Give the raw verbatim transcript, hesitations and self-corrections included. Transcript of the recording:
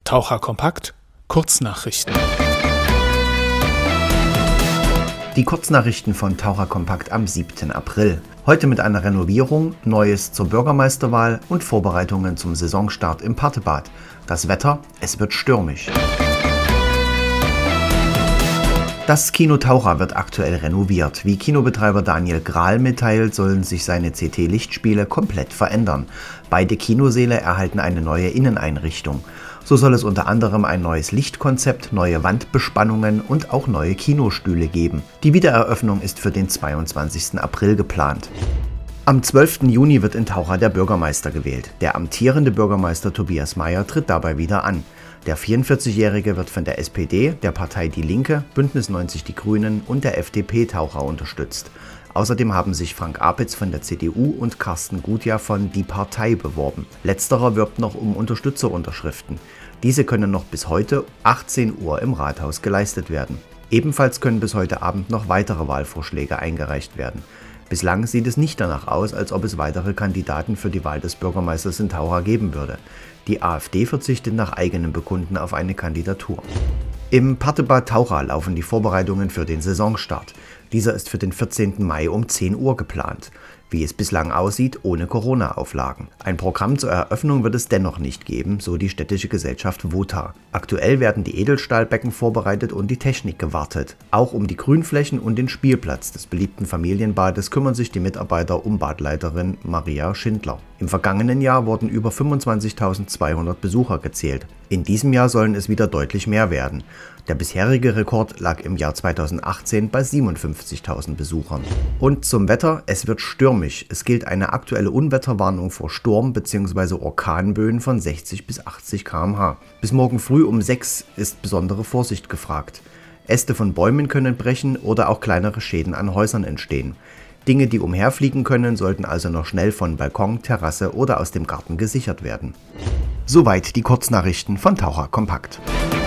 Taucher Kompakt Kurznachrichten. Die Kurznachrichten von Taucher Kompakt am siebten April. Heute mit einer Renovierung, Neues zur Bürgermeisterwahl und Vorbereitungen zum Saisonstart im Partebad. Das Wetter, es wird stürmisch. Das Kino Taucher wird aktuell renoviert. Wie Kinobetreiber Daniel Grahl mitteilt, sollen sich seine C T-Lichtspiele komplett verändern. Beide Kinosäle erhalten eine neue Inneneinrichtung. So soll es unter anderem ein neues Lichtkonzept, neue Wandbespannungen und auch neue Kinostühle geben. Die Wiedereröffnung ist für den zweiundzwanzigsten April geplant. Am zwölften Juni wird in Taucher der Bürgermeister gewählt. Der amtierende Bürgermeister Tobias Meyer tritt dabei wieder an. Der vierundvierzigjährige wird von der S P D, der Partei Die Linke, Bündnis neunzig Die Grünen und der F D P Taucher unterstützt. Außerdem haben sich Frank Apitz von der C D U und Carsten Gutjahr von Die Partei beworben. Letzterer wirbt noch um Unterstützerunterschriften. Diese können noch bis heute achtzehn Uhr im Rathaus geleistet werden. Ebenfalls können bis heute Abend noch weitere Wahlvorschläge eingereicht werden. Bislang sieht es nicht danach aus, als ob es weitere Kandidaten für die Wahl des Bürgermeisters in Taucher geben würde. Die AfD verzichtet nach eigenem Bekunden auf eine Kandidatur. Im Partebad Taucher laufen die Vorbereitungen für den Saisonstart. Dieser ist für den vierzehnten Mai um zehn Uhr geplant. Wie es bislang aussieht, ohne Corona-Auflagen. Ein Programm zur Eröffnung wird es dennoch nicht geben, so die städtische Gesellschaft WOTA. Aktuell werden die Edelstahlbecken vorbereitet und die Technik gewartet. Auch um die Grünflächen und den Spielplatz des beliebten Familienbades kümmern sich die Mitarbeiter um Badleiterin Maria Schindler. Im vergangenen Jahr wurden über fünfundzwanzigtausendzweihundert Besucher gezählt. In diesem Jahr sollen es wieder deutlich mehr werden. Der bisherige Rekord lag im Jahr zweitausendachtzehn bei siebenundfünfzigtausend Besuchern. Und zum Wetter, es wird stürmisch. Es gilt eine aktuelle Unwetterwarnung vor Sturm- bzw. Orkanböen von sechzig bis achtzig Kilometer pro Stunde. Bis morgen früh um sechs ist besondere Vorsicht gefragt. Äste von Bäumen können brechen oder auch kleinere Schäden an Häusern entstehen. Dinge, die umherfliegen können, sollten also noch schnell von Balkon, Terrasse oder aus dem Garten gesichert werden. Soweit die Kurznachrichten von Taucher Kompakt.